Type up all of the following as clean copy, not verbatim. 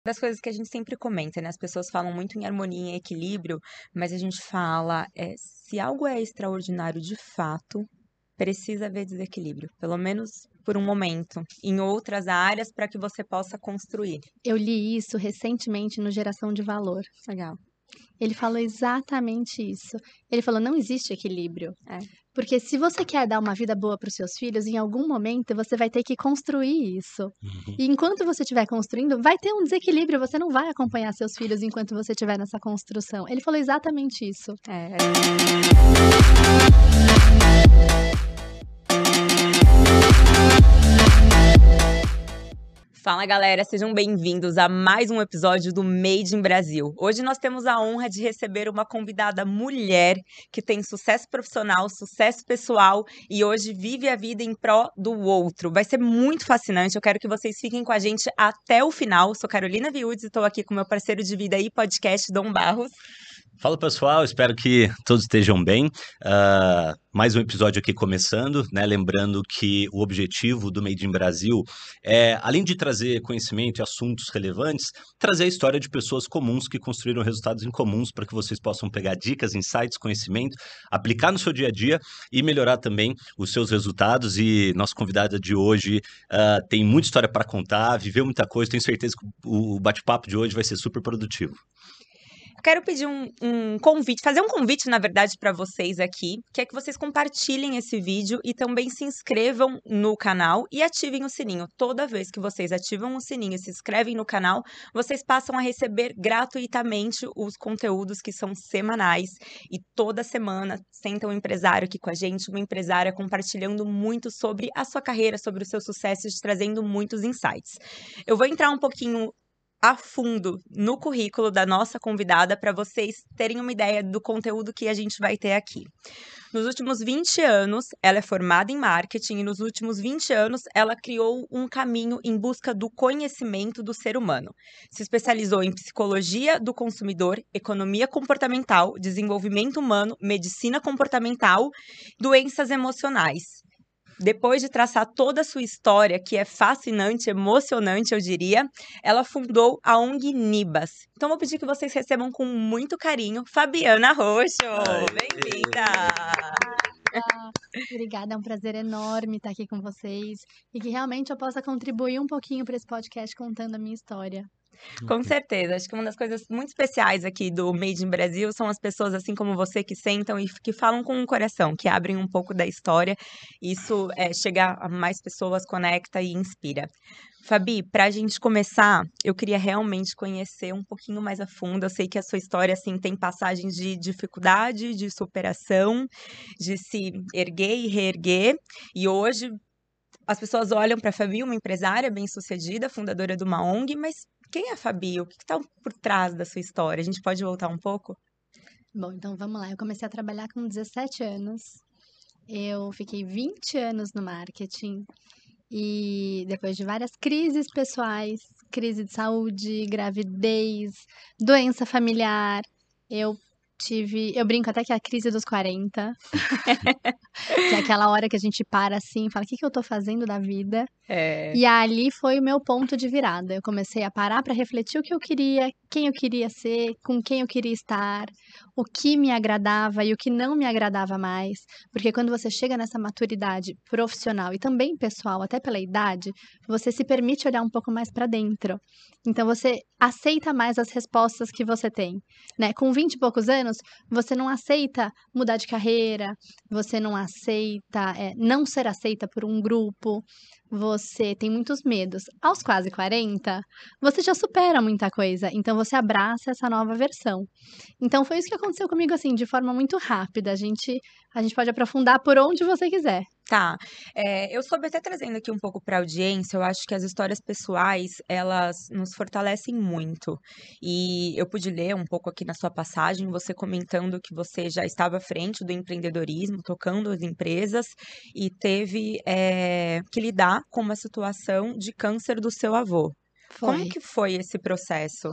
Das coisas que a gente sempre comenta, né? As pessoas falam muito em harmonia e equilíbrio, mas a gente fala, se algo é extraordinário de fato, precisa haver desequilíbrio, pelo menos por um momento, em outras áreas para que você possa construir. Eu li isso recentemente no Geração de Valor. Legal. Ele falou exatamente isso. Ele falou, não existe equilíbrio. Porque se você quer dar uma vida boa para os seus filhos, em algum momento você vai ter que construir isso. E enquanto você estiver construindo, vai ter um desequilíbrio, você não vai acompanhar seus filhos enquanto você estiver nessa construção. Ele falou exatamente isso. Fala galera, sejam bem-vindos a mais um episódio do Made in Brasil. Hoje nós temos a honra de receber uma convidada mulher que tem sucesso profissional, sucesso pessoal e hoje vive a vida em pró do outro. Vai ser muito fascinante, eu quero que vocês fiquem com a gente até o final. Sou Carolina Viúdes e estou aqui com meu parceiro de vida e podcast, Dom Barros. Fala pessoal, espero que todos estejam bem. Mais um episódio aqui começando, né? Lembrando que o objetivo do Made in Brasil é, além de trazer conhecimento e assuntos relevantes, trazer a história de pessoas comuns que construíram resultados incomuns para que vocês possam pegar dicas, insights, conhecimento, aplicar no seu dia a dia e melhorar também os seus resultados. E nossa convidada de hoje tem muita história para contar, viveu muita coisa, tenho certeza que o bate-papo de hoje vai ser super produtivo. Quero pedir um convite, fazer um convite, na verdade, para vocês aqui, que é que vocês compartilhem esse vídeo e também se inscrevam no canal e ativem o sininho. Toda vez que vocês ativam o sininho e se inscrevem no canal, vocês passam a receber gratuitamente os conteúdos que são semanais. E toda semana senta um empresário aqui com a gente, uma empresária compartilhando muito sobre a sua carreira, sobre os seus sucessos, trazendo muitos insights. Eu vou entrar um pouquinho a fundo no currículo da nossa convidada para vocês terem uma ideia do conteúdo que a gente vai ter aqui. Nos últimos 20 anos, ela é formada em marketing e nos últimos 20 anos ela criou um caminho em busca do conhecimento do ser humano. Se especializou em psicologia do consumidor, economia comportamental, desenvolvimento humano, medicina comportamental, doenças emocionais. Depois de traçar toda a sua história, que é fascinante, emocionante, eu diria, ela fundou a ONG Nibas. Então, vou pedir que vocês recebam com muito carinho Fabiana Roxo. Bem-vinda! Obrigada, é um prazer enorme estar aqui com vocês e que realmente eu possa contribuir um pouquinho para esse podcast contando a minha história. Com certeza, acho que uma das coisas muito especiais aqui do Made in Brasil são as pessoas assim como você que sentam e que falam com o coração, que abrem um pouco da história. Isso chega a mais pessoas, conecta e inspira. Fabi, para a gente começar, eu queria realmente conhecer um pouquinho mais a fundo. Eu sei que a sua história assim tem passagens de dificuldade, de superação, de se erguer e reerguer. E hoje as pessoas olham para a Fabi, uma empresária bem-sucedida, fundadora de uma ONG, mas quem é a Fabi? O que está por trás da sua história? A gente pode voltar um pouco? Bom, então vamos lá. Eu comecei a trabalhar com 17 anos. Eu fiquei 20 anos no marketing. E depois de várias crises pessoais, crise de saúde, gravidez, doença familiar, eu brinco até que é a crise dos 40, que é aquela hora que a gente para assim e fala, o que eu tô fazendo da vida? E ali foi o meu ponto de virada. Eu comecei a parar para refletir o que eu queria, quem eu queria ser, com quem eu queria estar, o que me agradava e o que não me agradava mais. Porque quando você chega nessa maturidade profissional e também pessoal, até pela idade, você se permite olhar um pouco mais para dentro. Então você aceita mais as respostas que você tem, né? Com 20 e poucos anos, você não aceita mudar de carreira, você não aceita não ser aceita por um grupo, você tem muitos medos. Aos quase 40, você já supera muita coisa, então você abraça essa nova versão. Então foi isso que aconteceu comigo, assim, de forma muito rápida. A gente pode aprofundar por onde você quiser. Tá, eu soube até trazendo aqui um pouco para a audiência, eu acho que as histórias pessoais, elas nos fortalecem muito. E eu pude ler um pouco aqui na sua passagem, você comentando que você já estava à frente do empreendedorismo, tocando as empresas, e teve que lidar com uma situação de câncer do seu avô. Como que foi esse processo?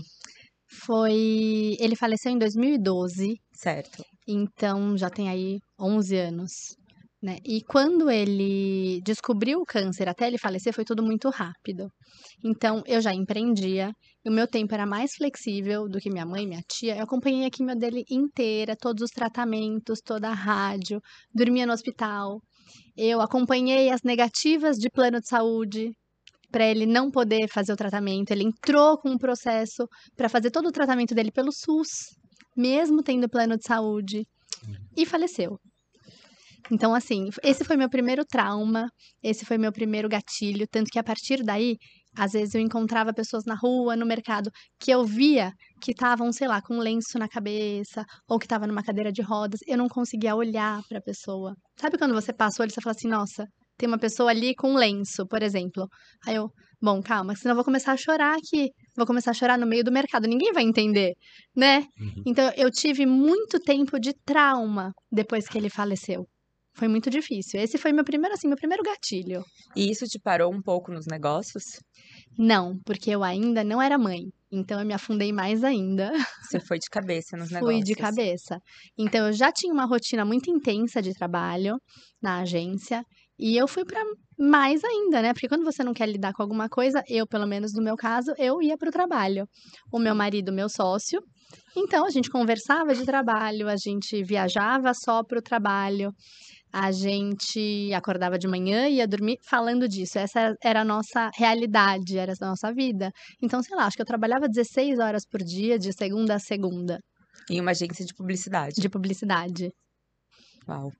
Ele faleceu em 2012. Certo. Então já tem aí 11 anos. né? E quando ele descobriu o câncer até ele falecer, foi tudo muito rápido. Então, eu já empreendia, o meu tempo era mais flexível do que minha mãe, minha tia. Eu acompanhei a quimio dele inteira, todos os tratamentos, toda a rádio, dormia no hospital. Eu acompanhei as negativas de plano de saúde para ele não poder fazer o tratamento. Ele entrou com um processo para fazer todo o tratamento dele pelo SUS, mesmo tendo plano de saúde, e faleceu. Então, assim, esse foi meu primeiro trauma, esse foi meu primeiro gatilho, tanto que a partir daí, às vezes eu encontrava pessoas na rua, no mercado, que eu via que estavam, sei lá, com um lenço na cabeça, ou que estavam numa cadeira de rodas, eu não conseguia olhar para a pessoa. Sabe quando você passa o olho e você fala assim, nossa, tem uma pessoa ali com um lenço, por exemplo. Aí eu, bom, calma, senão eu vou começar a chorar aqui, vou começar a chorar no meio do mercado, ninguém vai entender, né? Então, eu tive muito tempo de trauma depois que ele faleceu. Foi muito difícil. Esse foi meu primeiro, assim, meu primeiro gatilho. E isso te parou um pouco nos negócios? Não, porque eu ainda não era mãe. Então eu me afundei mais ainda. Você foi de cabeça nos Fui negócios? de cabeça. Então eu já tinha uma rotina muito intensa de trabalho na agência e eu fui para mais ainda, né? Porque quando você não quer lidar com alguma coisa, eu, pelo menos no meu caso, eu ia para o trabalho. O meu marido, meu sócio. Então a gente conversava de trabalho, a gente viajava só para o trabalho. A gente acordava de manhã e ia dormir falando disso. Essa era a nossa realidade, era a nossa vida. Então, sei lá, acho que eu trabalhava 16 horas por dia, de segunda a segunda, Em uma agência de publicidade. de publicidade. Uau.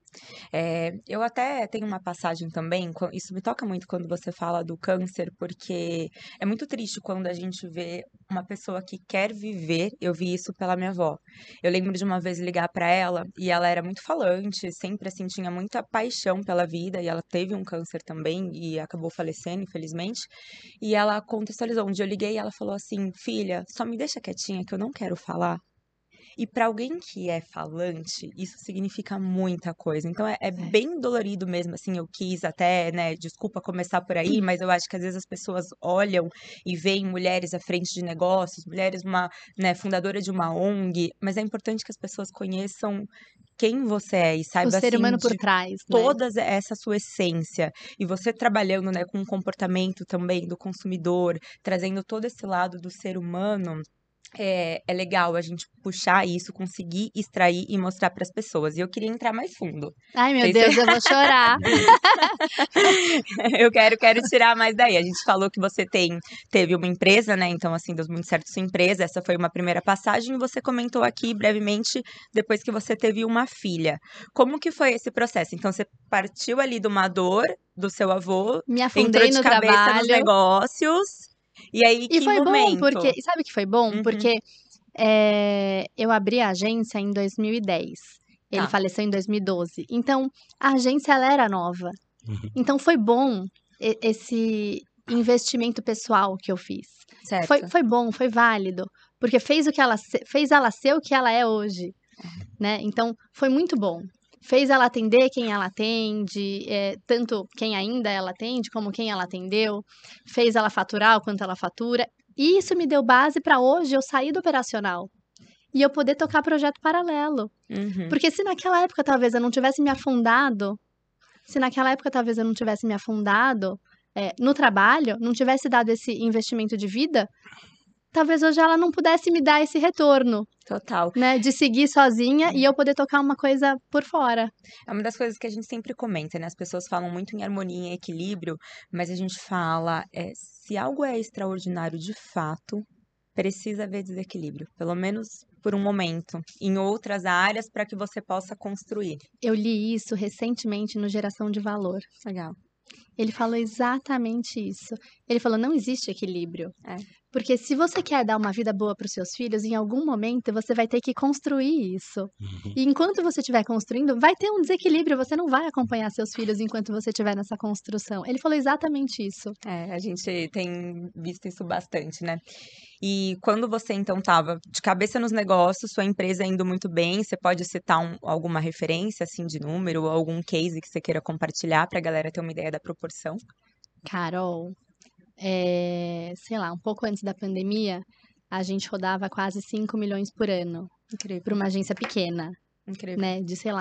Eu até tenho uma passagem também, isso me toca muito quando você fala do câncer, porque é muito triste quando a gente vê uma pessoa que quer viver. Eu vi isso pela minha avó. Eu lembro de uma vez ligar para ela e ela era muito falante, sempre assim, tinha muita paixão pela vida e ela teve um câncer também e acabou falecendo, infelizmente. E ela contextualizou. Um dia eu liguei e ela falou assim: Filha, só me deixa quietinha que eu não quero falar. E para alguém que é falante, isso significa muita coisa. Então é bem dolorido mesmo, assim, eu quis até, né, desculpa começar por aí, mas eu acho que às vezes as pessoas olham e veem mulheres à frente de negócios, mulheres, né, fundadora de uma ONG, mas é importante que as pessoas conheçam quem você é e O saiba, ser assim, humano por de trás, né? toda essa sua essência. E você trabalhando, né, com o comportamento também do consumidor, trazendo todo esse lado do ser humano. É legal a gente puxar isso, conseguir extrair e mostrar para as pessoas. E eu queria entrar mais fundo. Ai, meu Sei Deus, eu vou chorar. Eu quero tirar mais daí. A gente falou que você teve uma empresa, né? Então, assim, deu muito certo sua empresa. Essa foi uma primeira passagem. E você comentou aqui brevemente depois que você teve uma filha. Como que foi esse processo? Então, você partiu ali de uma dor do seu avô, Me entrou afundei de no cabeça nos trabalho. negócios. E aí, E que foi bom, porque. momento? E sabe o que foi bom? Uhum, Porque eu abri a agência em 2010. Ele tá, faleceu em 2012. Então, a agência ela era nova. Uhum. Então, foi bom esse investimento pessoal que eu fiz. Foi, certo. foi bom, foi válido. Porque fez ela ser o que ela é hoje, né? Então, foi muito bom. Fez ela atender quem ela atende, tanto quem ainda ela atende, como quem ela atendeu. Fez ela faturar o quanto ela fatura. E isso me deu base para hoje eu sair do operacional e eu poder tocar projeto paralelo. Uhum. Porque se naquela época talvez eu não tivesse me afundado, no trabalho, não tivesse dado esse investimento de vida, talvez hoje ela não pudesse me dar esse retorno, Total. né? De seguir sozinha e eu poder tocar uma coisa por fora. É uma das coisas que a gente sempre comenta, né? As pessoas falam muito em harmonia e equilíbrio, mas a gente fala, se algo é extraordinário de fato, precisa haver desequilíbrio, pelo menos por um momento, em outras áreas para que você possa construir. Eu li isso recentemente no Geração de Valor. Legal. Ele falou exatamente isso. Ele falou: não existe equilíbrio. É. Porque se você quer dar uma vida boa para os seus filhos, em algum momento você vai ter que construir isso. E enquanto você estiver construindo, vai ter um desequilíbrio, você não vai acompanhar seus filhos enquanto você estiver nessa construção. Ele falou exatamente isso. A gente tem visto isso bastante, né? E quando você, então, estava de cabeça nos negócios, sua empresa indo muito bem, você pode citar alguma referência, assim, de número, ou algum case que você queira compartilhar para a galera ter uma ideia da proporção? Carol, sei lá, um pouco antes da pandemia, a gente rodava quase 5 milhões por ano para Incrível, uma agência pequena, incrível. né? De, sei lá,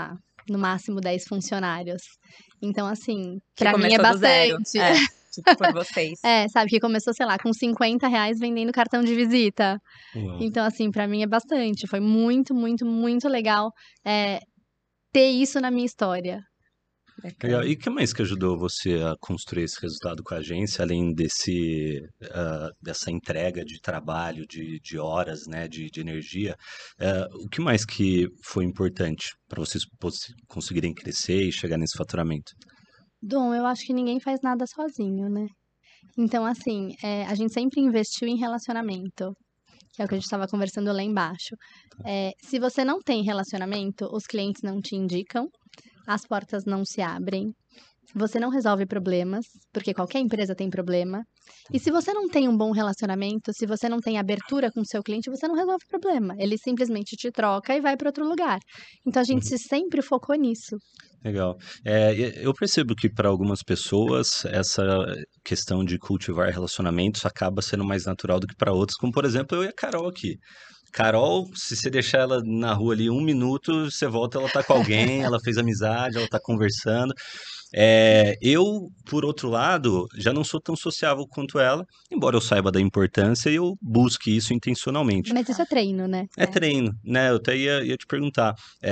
no máximo 10 funcionários. Então, assim, Que pra mim é começou do zero. bastante. É, tipo, por vocês. Sabe, que começou, sei lá, com R$ 50 vendendo cartão de visita. Uau. Então, assim, pra mim é bastante. Foi muito, muito, muito legal ter isso na minha história. Legal. E o que mais que ajudou você a construir esse resultado com a agência, além dessa entrega de trabalho, de horas, né, de energia? O que mais que foi importante para vocês conseguirem crescer e chegar nesse faturamento? Dom, eu acho que ninguém faz nada sozinho, né? Então, assim, a gente sempre investiu em relacionamento, que é o que a gente estava conversando lá embaixo. Se você não tem relacionamento, os clientes não te indicam, as portas não se abrem, você não resolve problemas, porque qualquer empresa tem problema. E se você não tem um bom relacionamento, se você não tem abertura com o seu cliente, você não resolve problema. Ele simplesmente te troca e vai para outro lugar. Então a gente sempre focou nisso. Legal. Eu percebo que para algumas pessoas essa questão de cultivar relacionamentos acaba sendo mais natural do que para outros, como por exemplo eu e a Carol aqui. Carol, se você deixar ela na rua ali 1 minuto, você volta, ela tá com alguém, ela fez amizade, ela tá conversando. Eu, por outro lado, já não sou tão sociável quanto ela, embora eu saiba da importância e eu busque isso intencionalmente. Mas isso é treino, né? É treino, né? Eu até ia te perguntar,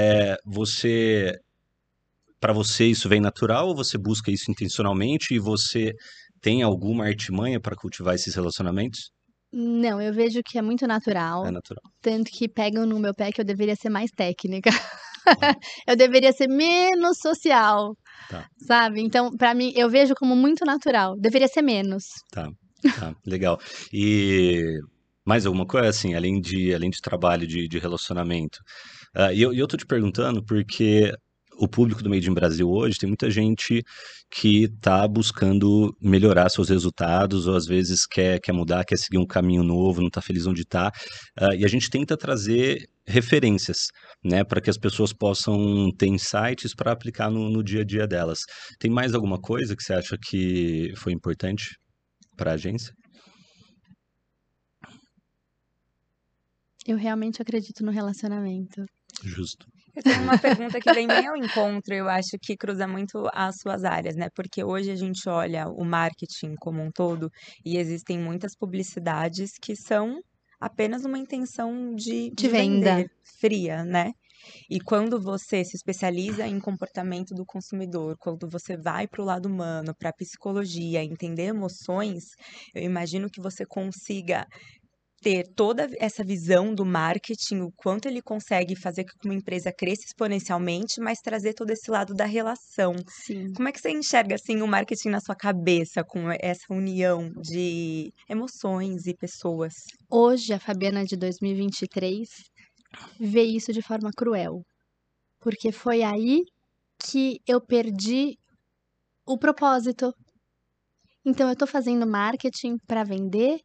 para você isso vem natural ou você busca isso intencionalmente e você tem alguma artimanha para cultivar esses relacionamentos? Não, eu vejo que é muito natural. É natural. Tanto que pegam no meu pé que eu deveria ser mais técnica. Eu deveria ser menos social, Tá. sabe? Então, pra mim, eu vejo como muito natural. Deveria ser menos. Tá, legal. E mais alguma coisa, assim, além de trabalho, de relacionamento? E eu tô te perguntando porque o público do Made in Brasil hoje tem muita gente que está buscando melhorar seus resultados, ou às vezes quer mudar, quer seguir um caminho novo, não está feliz onde está. E a gente tenta trazer referências, né, para que as pessoas possam ter insights para aplicar no dia a dia delas. Tem mais alguma coisa que você acha que foi importante para a agência? Eu realmente acredito no relacionamento. Justo. Eu tenho uma pergunta que vem bem ao encontro, eu acho que cruza muito as suas áreas, né? Porque hoje a gente olha o marketing como um todo e existem muitas publicidades que são apenas uma intenção de venda. vender, fria, né? E quando você se especializa em comportamento do consumidor, quando você vai para o lado humano, para a psicologia, entender emoções, eu imagino que você consiga ter toda essa visão do marketing, o quanto ele consegue fazer com que uma empresa cresça exponencialmente, mas trazer todo esse lado da relação. Sim. Como é que você enxerga, assim, o marketing na sua cabeça, com essa união de emoções e pessoas? Hoje, a Fabiana de 2023 vê isso de forma cruel. Porque foi aí que eu perdi o propósito. Então, eu tô fazendo marketing para vender,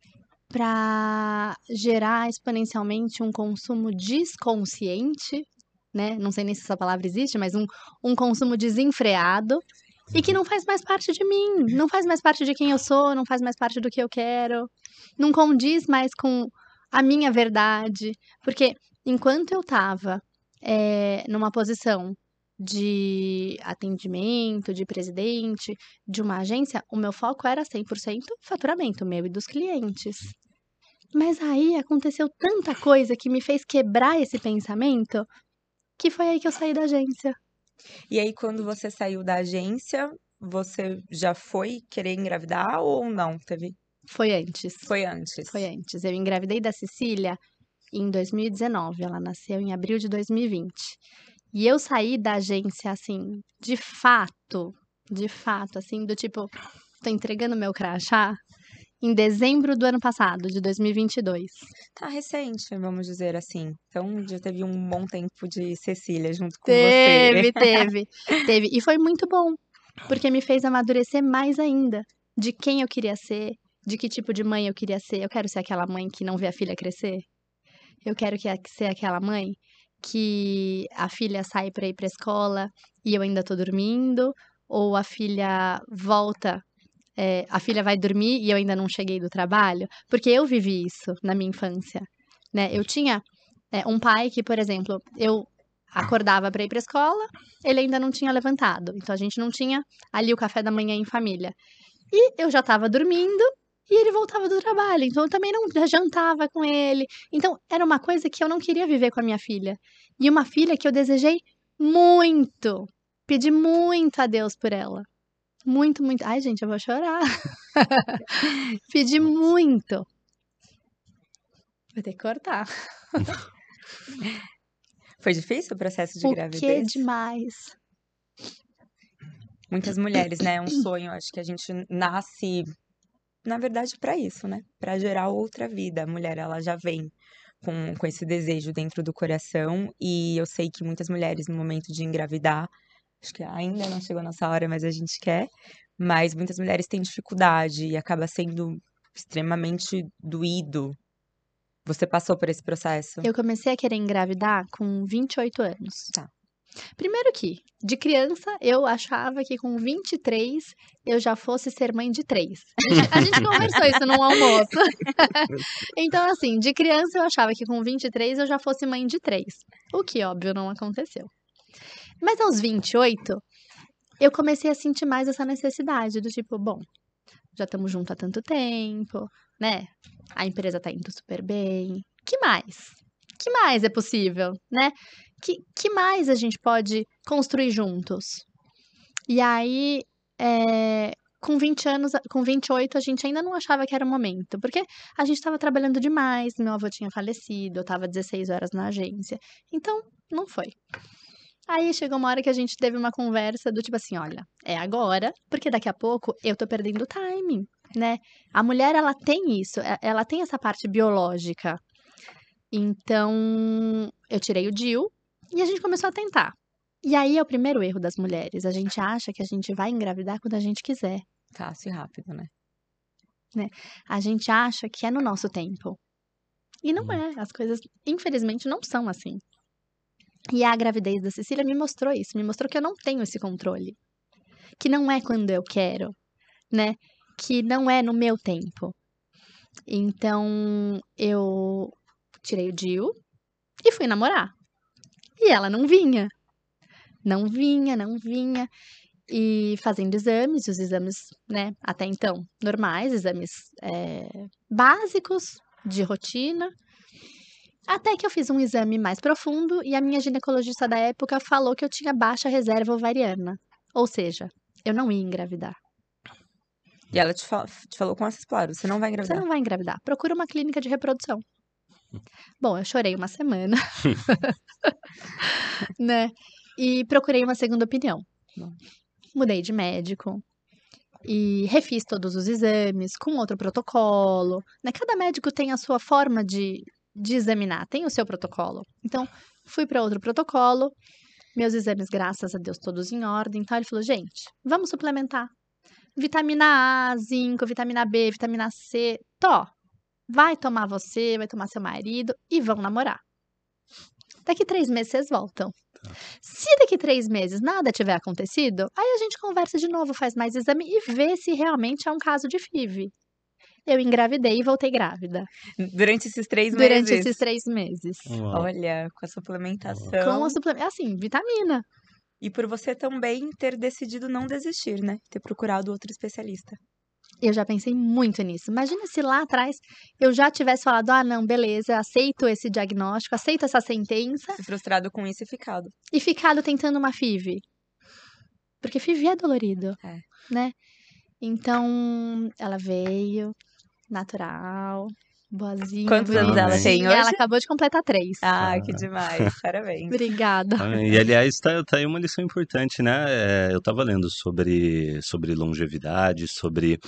para gerar exponencialmente um consumo desconsciente, né? Não sei nem se essa palavra existe, mas um consumo desenfreado e que não faz mais parte de mim, não faz mais parte de quem eu sou, não faz mais parte do que eu quero, não condiz mais com a minha verdade, porque enquanto eu estava numa posição de atendimento, de presidente, de uma agência, o meu foco era 100% faturamento meu e dos clientes. Mas aí aconteceu tanta coisa que me fez quebrar esse pensamento, que foi aí que eu saí da agência. E aí, quando você saiu da agência, você já foi querer engravidar ou não? Foi antes. Foi antes. Foi antes. Eu engravidei da Cecília em 2019. Ela nasceu em abril de 2020. E eu saí da agência, assim, de fato, assim, do tipo, tô entregando meu crachá em dezembro do ano passado, de 2022. Tá recente, vamos dizer assim. Então, já teve um bom tempo de Cecília junto com Teve, você. teve. E foi muito bom, porque me fez amadurecer mais ainda de quem eu queria ser, de que tipo de mãe eu queria ser. Eu quero ser aquela mãe que não vê a filha crescer. Eu quero ser aquela mãe que a filha sai para ir para escola e eu ainda tô dormindo, ou a filha volta, a filha vai dormir e eu ainda não cheguei do trabalho, porque eu vivi isso na minha infância, né? Eu tinha um pai que, por exemplo, eu acordava para ir para escola, ele ainda não tinha levantado. Então a gente não tinha ali o café da manhã em família. E eu já estava dormindo e ele voltava do trabalho. Então eu também não jantava com ele. Então era uma coisa que eu não queria viver com a minha filha. E uma filha que eu desejei muito. Pedi muito a Deus por ela. Muito, muito. Ai, gente, eu vou chorar. Pedi muito. Vou ter que cortar. Foi difícil o processo de O que gravidez? demais. Muitas mulheres, né? É um sonho. Acho que a gente nasce, na verdade, para isso, né? Para gerar outra vida. A mulher, ela já vem com esse desejo dentro do coração. E eu sei que muitas mulheres, no momento de engravidar, acho que ainda não chegou a nossa hora, mas a gente quer. Mas muitas mulheres têm dificuldade e acaba sendo extremamente doído. Você passou por esse processo? Eu comecei a querer engravidar com 28 anos. Tá. Primeiro que, de criança, eu achava que com 23 eu já fosse ser mãe de 3. A gente conversou isso num almoço. Então, assim, de criança eu achava que com 23 eu já fosse mãe de 3. O que, óbvio, não aconteceu. Mas aos 28, eu comecei a sentir mais essa necessidade do tipo, bom, já estamos juntos há tanto tempo, né? A empresa tá indo super bem. Que mais? Que mais é possível, né? Que mais a gente pode construir juntos? E aí, com 20 anos, com 28, a gente ainda não achava que era o momento, porque a gente estava trabalhando demais, meu avô tinha falecido, eu estava 16 horas na agência. Então, não foi. Aí chegou uma hora que a gente teve uma conversa do tipo assim, olha, é agora, porque daqui a pouco eu tô perdendo o timing, né? A mulher, ela tem isso, ela tem essa parte biológica. Então, eu tirei o DIU e a gente começou a tentar. E aí é o primeiro erro das mulheres, a gente acha que a gente vai engravidar quando a gente quiser. Fácil e rápido, né? A gente acha que é no nosso tempo. E não é, as coisas, infelizmente, não são assim. E a gravidez da Cecília me mostrou isso, me mostrou que eu não tenho esse controle. Que não é quando eu quero, né? Que não é no meu tempo. Então, eu tirei o DIU e fui namorar. E ela não vinha. Não vinha, não vinha. E fazendo exames, os exames, né, até então, normais, exames básicos, de rotina. Até que eu fiz um exame mais profundo e a minha ginecologista da época falou que eu tinha baixa reserva ovariana. Ou seja, eu não ia engravidar. E ela te falou com essas palavras, você não vai Você engravidar. não vai engravidar. Procura uma clínica de reprodução. Bom, eu chorei uma semana. Né? E procurei uma segunda opinião. Mudei de médico. E refiz todos os exames com outro protocolo. Né? Cada médico tem a sua forma de examinar, tem o seu protocolo. Então, fui para outro protocolo. Meus exames, graças a Deus, todos em ordem. Então, ele falou, gente, vamos suplementar. Vitamina A, zinco, vitamina B, vitamina C. Vai tomar você, vai tomar seu marido e vão namorar. Daqui 3 meses vocês voltam. Se daqui 3 meses nada tiver acontecido, aí a gente conversa de novo, faz mais exame e vê se realmente é um caso de FIV. Eu engravidei e voltei grávida. Durante esses 3 meses? Durante esses 3 meses. Olha, com a suplementação. Com a suplementação, assim, vitamina. E por você também ter decidido não desistir, né? Ter procurado outro especialista. Eu já pensei muito nisso. Imagina se lá atrás eu já tivesse falado, não, beleza, aceito esse diagnóstico, aceito essa sentença. Se frustrado com isso e ficado. E ficado tentando uma FIV. Porque FIV é dolorido, né? Então, ela veio, natural, boazinha. Quantos anos ela tem hoje? Ela acabou de completar 3. Que demais. Parabéns. Obrigada. E, aliás, tá aí uma lição importante, né? Eu tava lendo sobre longevidade, sobre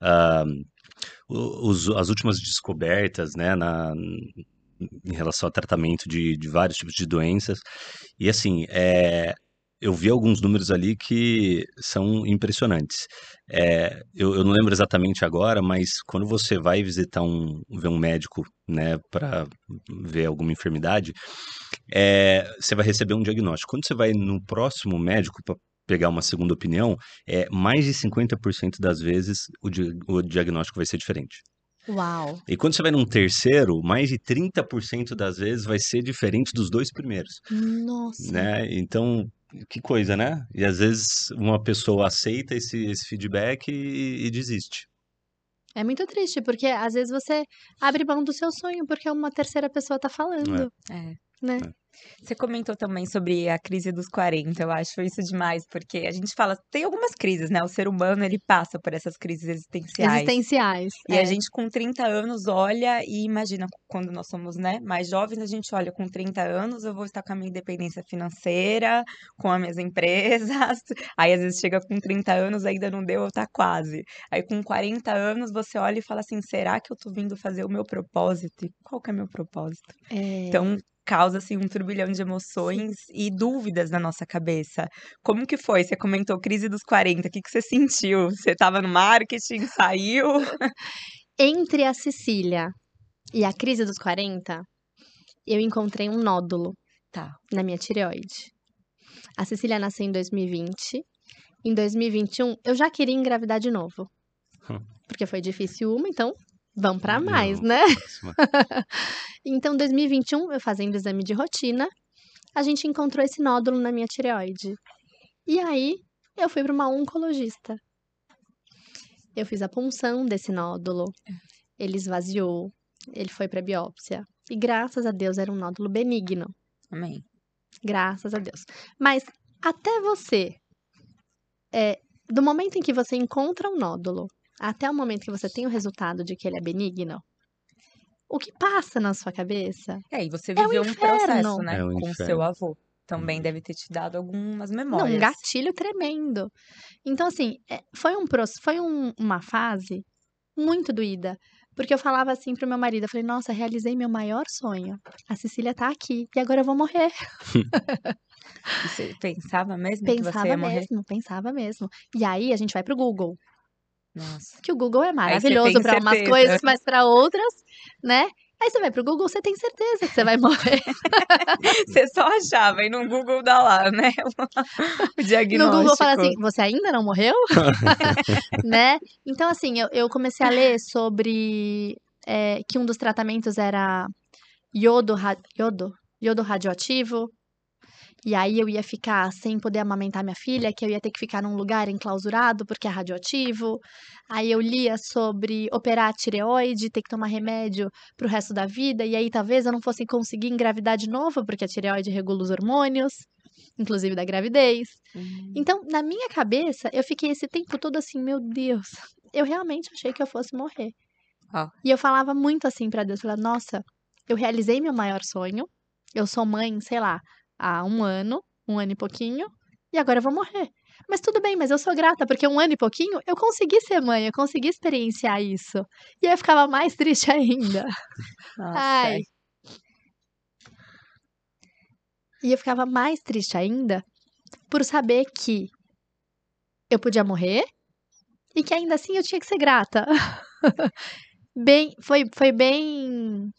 as últimas descobertas, né, em relação ao tratamento de vários tipos de doenças. E, assim, eu vi alguns números ali que são impressionantes. Eu não lembro exatamente agora, mas quando você vai visitar ver um médico, né, para ver alguma enfermidade, você vai receber um diagnóstico. Quando você vai no próximo médico para pegar uma segunda opinião, mais de 50% das vezes o diagnóstico vai ser diferente. Uau. E quando você vai num terceiro, mais de 30% das vezes vai ser diferente dos 2 primeiros, Nossa. né? Então, que coisa, né? E às vezes uma pessoa aceita esse feedback e desiste. É muito triste, porque às vezes você abre mão do seu sonho porque uma terceira pessoa tá falando, É. né? Você comentou também sobre a crise dos 40, eu acho isso demais, porque a gente fala, tem algumas crises, né? O ser humano, ele passa por essas crises existenciais. Existenciais. E a gente com 30 anos olha e imagina quando nós somos, né, mais jovens, a gente olha com 30 anos, eu vou estar com a minha independência financeira, com as minhas empresas. Aí às vezes chega com 30 anos, ainda não deu, tá quase. Aí com 40 anos você olha e fala assim, será que eu tô vindo fazer o meu propósito? E qual que é meu propósito? É, Então causa assim um turbilhão de emoções e dúvidas na nossa cabeça. Como que foi? Você comentou crise dos 40, o que que você sentiu? Você estava no marketing, saiu? entre a Cecília e a crise dos 40, eu encontrei um nódulo Tá. na minha tireoide. A Cecília nasceu em 2020. Em 2021, eu já queria engravidar de novo. Hum. Porque foi difícil uma, então vamos pra Não, mais, né? próxima. Então, 2021, eu fazendo exame de rotina, a gente encontrou esse nódulo na minha tireoide. E aí, eu fui para uma oncologista. Eu fiz a punção desse nódulo. Ele esvaziou. Ele foi para biópsia. E graças a Deus era um nódulo benigno. Amém. Graças a Deus. Mas até você, do momento em que você encontra um nódulo, até o momento que você tem o resultado de que ele é benigno, o que passa na sua cabeça E você é o viveu um processo, inferno. né, É um com o inferno. seu avô. Também deve ter te dado algumas Não, um memórias. gatilho tremendo. Então, assim, foi uma fase muito doída. Porque eu falava assim pro meu marido, eu falei, nossa, realizei meu maior sonho. A Cecília tá aqui e agora eu vou morrer. E você pensava mesmo que você ia morrer? Pensava mesmo. E aí a gente vai pro Google, Nossa. que o Google é Aí você tem maravilhoso pra umas certeza. coisas, mas pra outras, né? Aí você vai pro Google, você tem certeza que você vai morrer. Você só achava e no Google dá lá, né? O No Google fala diagnóstico. assim, você ainda não morreu? Né? Então, assim, eu comecei a ler sobre que um dos tratamentos era iodo radioativo. E aí eu ia ficar sem poder amamentar minha filha, que eu ia ter que ficar num lugar enclausurado porque é radioativo. Aí eu lia sobre operar a tireoide, ter que tomar remédio pro resto da vida, e aí talvez eu não fosse conseguir engravidar de novo, porque a tireoide regula os hormônios, inclusive da gravidez. Então, na minha cabeça, eu fiquei esse tempo todo assim, meu Deus, eu realmente achei que eu fosse morrer. Ó. E eu falava muito assim pra Deus, falava, nossa, eu realizei meu maior sonho, eu sou mãe, sei lá, há um ano e pouquinho, e agora eu vou morrer. Mas tudo bem, mas eu sou grata, porque um ano e pouquinho eu consegui ser mãe, eu consegui experienciar isso. E aí eu ficava mais triste ainda. Nossa. Ai. E eu ficava mais triste ainda por saber que eu podia morrer e que ainda assim eu tinha que ser grata. Foi bem.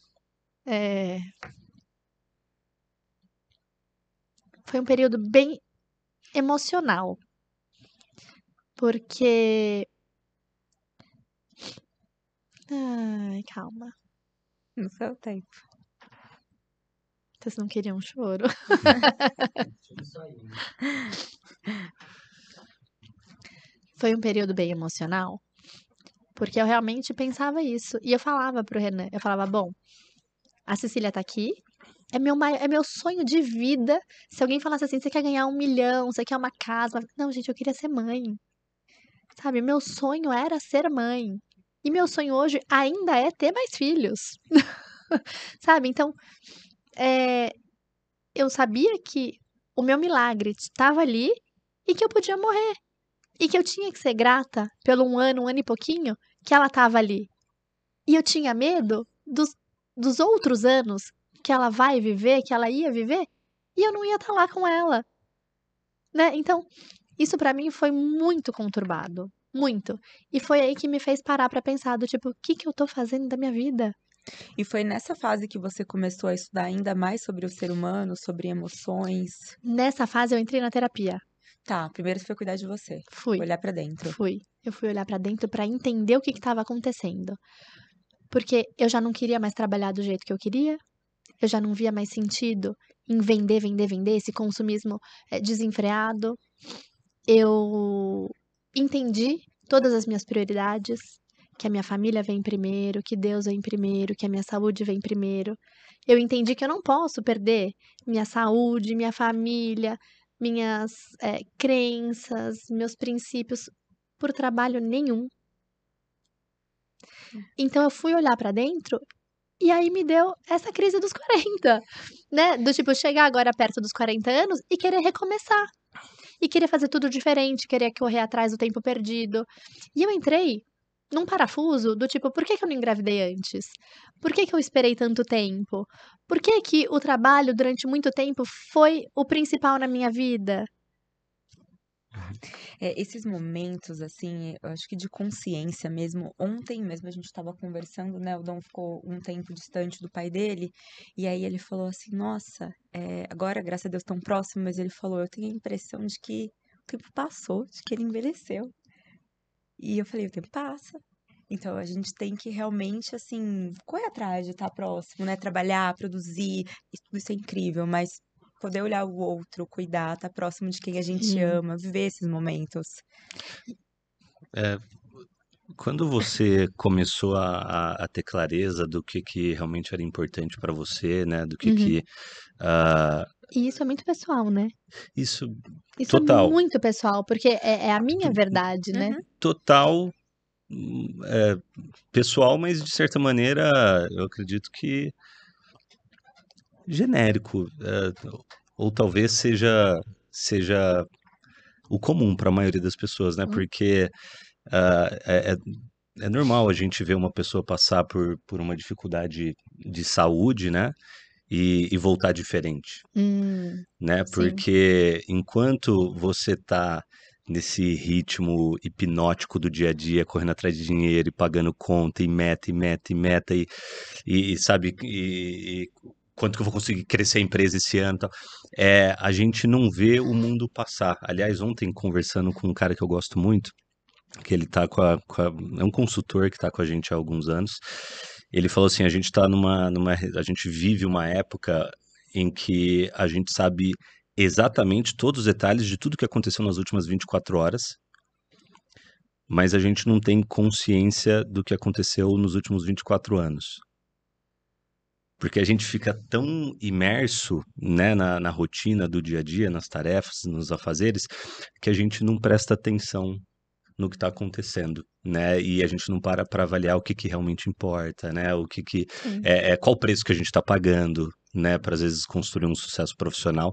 Foi um período bem emocional. Porque. Ai, calma. No seu tempo. Vocês não queriam um choro? Foi um período bem emocional. Porque eu realmente pensava isso. E eu falava pro Renan, eu falava, bom, a Cecília tá aqui, é meu sonho de vida. Se alguém falasse assim, você quer ganhar 1 milhão, você quer uma casa. Não, gente, eu queria ser mãe. Sabe, meu sonho era ser mãe. E meu sonho hoje ainda é ter mais filhos. Sabe, então, eu sabia que o meu milagre estava ali e que eu podia morrer. E que eu tinha que ser grata pelo um ano e pouquinho que ela estava ali. E eu tinha medo dos outros anos que ela vai viver, que ela ia viver, e eu não ia estar lá com ela, né? Então, isso pra mim foi muito conturbado, muito. E foi aí que me fez parar pra pensar do tipo, o que que eu tô fazendo da minha vida? E foi nessa fase que você começou a estudar ainda mais sobre o ser humano, sobre emoções? Nessa fase eu entrei na terapia. Tá, primeiro você foi cuidar de você. Fui. Olhar pra dentro. Eu fui olhar pra dentro pra entender o que estava acontecendo. Porque eu já não queria mais trabalhar do jeito que eu queria, eu já não via mais sentido em vender, vender, vender, esse consumismo desenfreado. Eu entendi todas as minhas prioridades, que a minha família vem primeiro, que Deus vem primeiro, que a minha saúde vem primeiro. Eu entendi que eu não posso perder minha saúde, minha família, minhas crenças, meus princípios por trabalho nenhum. Então eu fui olhar pra dentro e aí me deu essa crise dos 40, né? Do tipo, chegar agora perto dos 40 anos e querer recomeçar. E querer fazer tudo diferente, querer correr atrás do tempo perdido. E eu entrei num parafuso do tipo, por que que eu não engravidei antes? Por que que eu esperei tanto tempo? Por que que o trabalho durante muito tempo foi o principal na minha vida? Esses momentos, assim, eu acho que de consciência mesmo. Ontem mesmo a gente estava conversando, né? O Dom ficou um tempo distante do pai dele, e aí ele falou assim: Nossa, agora, graças a Deus, tão próximo, mas ele falou: Eu tenho a impressão de que o tempo passou, de que ele envelheceu. E eu falei: O tempo passa. Então a gente tem que realmente, assim, correr atrás de estar próximo, né? Trabalhar, produzir, tudo isso é incrível, mas poder olhar o outro, cuidar, estar próximo de quem a gente Sim. ama, viver esses momentos. É, quando você começou a ter clareza do que realmente era importante para você, né? Do Uhum. que ah, E isso é muito pessoal, né? isso Isso é total, muito pessoal, porque é a minha verdade, né? Uhum. total pessoal, mas de certa maneira eu acredito que genérico, ou talvez seja o comum para a maioria das pessoas, né? Hum. Porque ah, é normal a gente ver uma pessoa passar por uma dificuldade de saúde, né? E voltar diferente, né? Sim. Porque enquanto você tá nesse ritmo hipnótico do dia a dia, correndo atrás de dinheiro e pagando conta e meta e meta e meta e sabe e quanto que eu vou conseguir crescer a empresa esse ano, e tal. A gente não vê o mundo passar. Aliás, ontem conversando com um cara que eu gosto muito, que ele tá é um consultor que tá com a gente há alguns anos. Ele falou assim: a gente tá a gente vive uma época em que a gente sabe exatamente todos os detalhes de tudo que aconteceu nas últimas 24 horas, mas a gente não tem consciência do que aconteceu nos últimos 24 anos. Porque a gente fica tão imerso, né, na rotina do dia a dia, nas tarefas, nos afazeres, que a gente não presta atenção no que está acontecendo, né? E a gente não para avaliar o que realmente importa, né? Sim. Qual o preço que a gente está pagando, né? Para às vezes construir um sucesso profissional.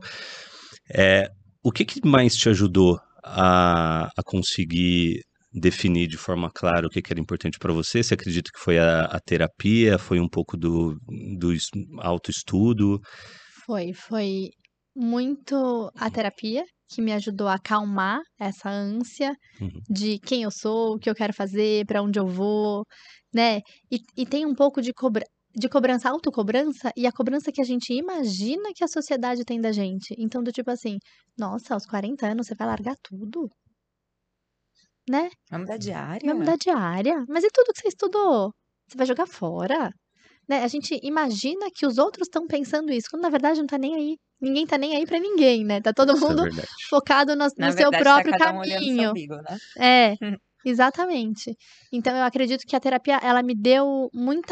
O que mais te ajudou a conseguir definir de forma clara o que era importante para você? Você acredita que foi a terapia, foi um pouco do autoestudo? Foi muito a terapia que me ajudou a acalmar essa ânsia Uhum. de quem eu sou, o que eu quero fazer, pra onde eu vou, né? E tem um pouco de cobrança, autocobrança e a cobrança que a gente imagina que a sociedade tem da gente. Então, do tipo assim, nossa, aos 40 anos você vai largar tudo, né? Vamos mudar de Vai área? mudar de área. Mas e tudo que você estudou? Você vai jogar fora? Né, a gente imagina que os outros estão pensando isso, quando na verdade não tá nem aí. Ninguém tá nem aí pra ninguém, né, tá todo Isso é mundo verdade. focado no Na seu verdade, tá próprio cada um olhando o seu caminho. umbigo, né? É, exatamente. Então eu acredito que a terapia, ela me deu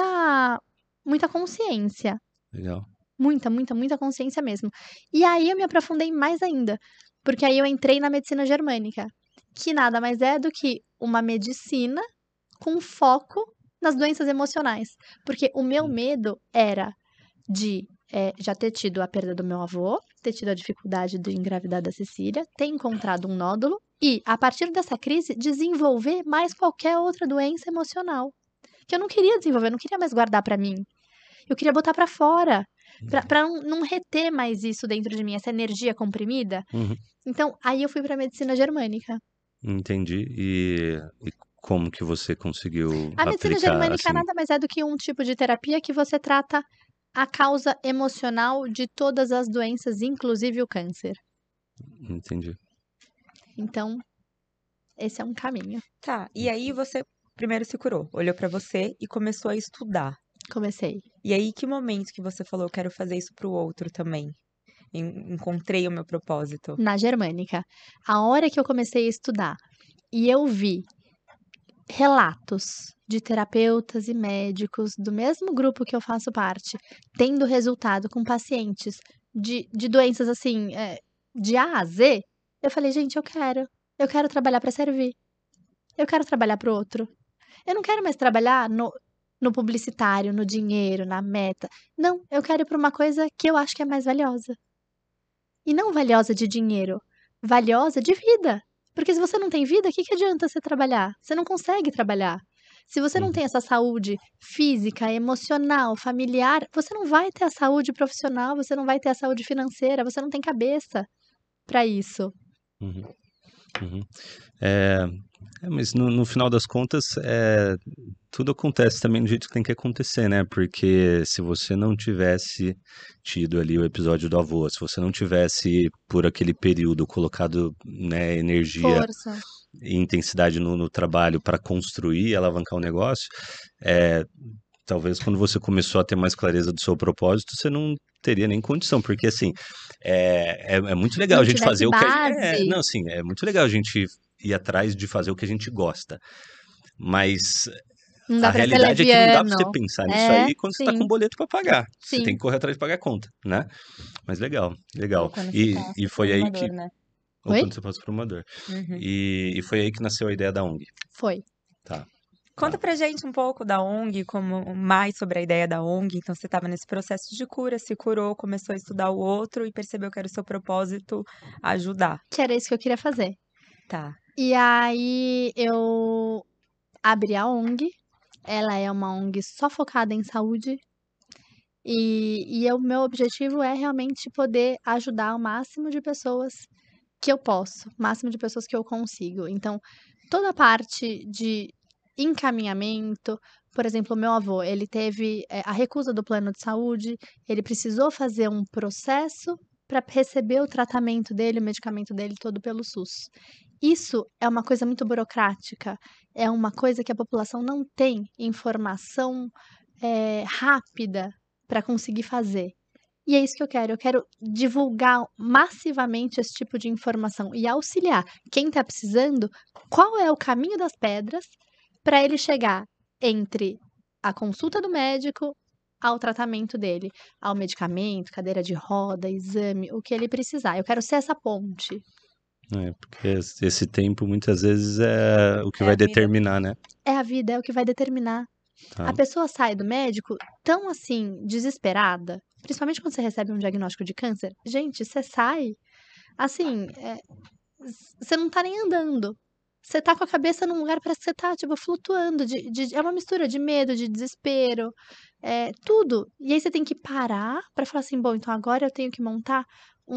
muita consciência. Legal. Muita, muita, muita consciência mesmo. E aí eu me aprofundei mais ainda, porque aí eu entrei na medicina germânica, que nada mais é do que uma medicina com foco nas doenças emocionais. Porque o meu medo era de já ter tido a perda do meu avô, ter tido a dificuldade de engravidar da Cecília, ter encontrado um nódulo e, a partir dessa crise, desenvolver mais qualquer outra doença emocional. Que eu não queria desenvolver, eu não queria mais guardar pra mim. Eu queria botar pra fora, pra não reter mais isso dentro de mim, essa energia comprimida. Uhum. Então, aí eu fui pra medicina germânica. Entendi. E como que você conseguiu A medicina aplicar germânica assim? nada mais é do que um tipo de terapia que você trata a causa emocional de todas as doenças, inclusive o câncer. Entendi. Então, esse é um caminho. Tá, e aí você primeiro se curou, olhou pra você e começou a estudar. Comecei. E aí, que momento que você falou, eu quero fazer isso pro outro também? Encontrei o meu propósito. Na Germânica. A hora que eu comecei a estudar e eu vi relatos de terapeutas e médicos do mesmo grupo que eu faço parte, tendo resultado com pacientes de doenças assim, de A a Z, eu falei, gente, eu quero trabalhar para servir, eu quero trabalhar para o outro. Eu não quero mais trabalhar no publicitário, no dinheiro, na meta. Não, eu quero ir para uma coisa que eu acho que é mais valiosa. E não valiosa de dinheiro, valiosa de vida. Porque se você não tem vida, o que adianta você trabalhar? Você não consegue trabalhar. Se você não Uhum. tem essa saúde física, emocional, familiar, você não vai ter a saúde profissional, você não vai ter a saúde financeira, você não tem cabeça para isso. Uhum. Uhum. Mas no final das contas, tudo acontece também do jeito que tem que acontecer, né? Porque se você não tivesse tido ali o episódio do avô, se você não tivesse, por aquele período, colocado, né, energia Força. e intensidade no trabalho para construir e alavancar o negócio, talvez quando você começou a ter mais clareza do seu propósito, você não teria nem condição, porque assim, é muito legal a Não gente fazer tivesse o que a gente. base. Não, assim, é muito legal a gente ir atrás de fazer o que a gente gosta. Mas Não a dá pra ser realidade é que não dá pra você leviano. pensar nisso aí quando você tá com Sim, boleto pra pagar. Você tem sim. que correr atrás de pagar a conta, né? Mas legal, Ou legal. quando você E, passa e por foi aí uma que. dor, né? Ou Oi? quando você passa por uma dor. Uhum. E foi aí que nasceu a ideia da ONG. Foi. Tá, Conta tá. pra gente um pouco da ONG, como mais sobre a ideia da ONG. Então, você estava nesse processo de cura, se curou, começou a estudar o outro e percebeu que era o seu propósito ajudar. Que era isso que eu queria fazer. Tá. E aí eu abri a ONG. Ela é uma ONG só focada em saúde. E o meu objetivo é realmente poder ajudar o máximo de pessoas que eu posso, o máximo de pessoas que eu consigo. Então, toda a parte de encaminhamento, por exemplo, o meu avô, ele teve a recusa do plano de saúde, ele precisou fazer um processo para receber o tratamento dele, o medicamento dele todo pelo SUS. Isso é uma coisa muito burocrática, é uma coisa que a população não tem informação rápida para conseguir fazer. E é isso que eu quero divulgar massivamente esse tipo de informação e auxiliar quem está precisando, qual é o caminho das pedras para ele chegar entre a consulta do médico ao tratamento dele, ao medicamento, cadeira de roda, exame, o que ele precisar. Eu quero ser essa ponte. Porque esse tempo muitas vezes é o que É vai a vida. determinar, né? É a vida, é o que vai determinar. Tá. A pessoa sai do médico tão assim, desesperada, principalmente quando você recebe um diagnóstico de câncer. Gente, você sai, assim, você não tá nem andando. Você tá com a cabeça num lugar, parece que você tá, tipo, flutuando. É uma mistura de medo, de desespero, tudo. E aí você tem que parar pra falar assim, bom, então agora eu tenho que montar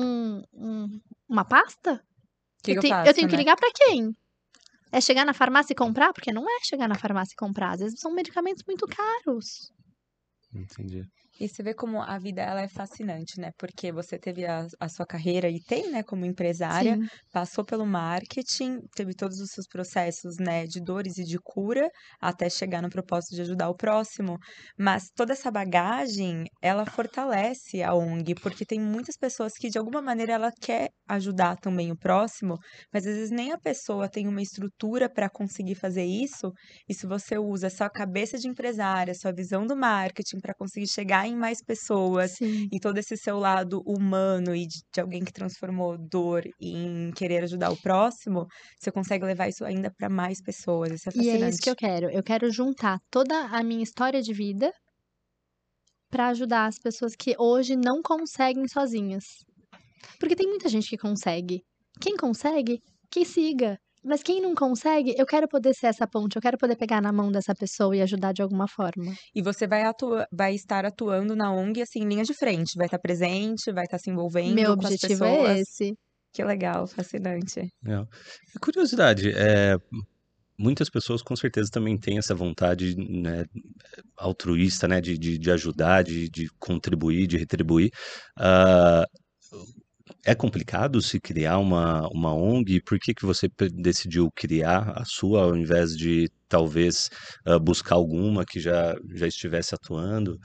uma pasta? O que eu Eu faço, tenho que né? ligar pra quem? É chegar na farmácia e comprar? Porque não é chegar na farmácia e comprar. Às vezes são medicamentos muito caros. Entendi. E você vê como a vida ela é fascinante, né? Porque você teve a sua carreira e tem, né, como empresária, Sim. passou pelo marketing, teve todos os seus processos, né, de dores e de cura, até chegar no propósito de ajudar o próximo. Mas toda essa bagagem, ela fortalece a ONG, porque tem muitas pessoas que, de alguma maneira, ela quer ajudar também o próximo, mas às vezes nem a pessoa tem uma estrutura para conseguir fazer isso. E se você usa a sua cabeça de empresária, sua visão do marketing para conseguir chegar em mais pessoas Sim. e todo esse seu lado humano e de alguém que transformou dor em querer ajudar o próximo, você consegue levar isso ainda para mais pessoas. Isso é E é isso que fascinante. eu quero. Eu quero juntar toda a minha história de vida para ajudar as pessoas que hoje não conseguem sozinhas. Porque tem muita gente que consegue. Quem consegue, que siga. Mas quem não consegue, eu quero poder ser essa ponte, eu quero poder pegar na mão dessa pessoa e ajudar de alguma forma. E você vai estar atuando na ONG assim, em linha de frente, vai estar presente, vai estar se Meu envolvendo com as objetivo é pessoas. esse. Que legal, fascinante. Curiosidade, muitas pessoas com certeza também têm essa vontade, né, altruísta, né, de ajudar, de contribuir, de retribuir. Ah, É complicado se criar uma ONG? Por que você decidiu criar a sua ao invés de talvez buscar alguma que já estivesse atuando?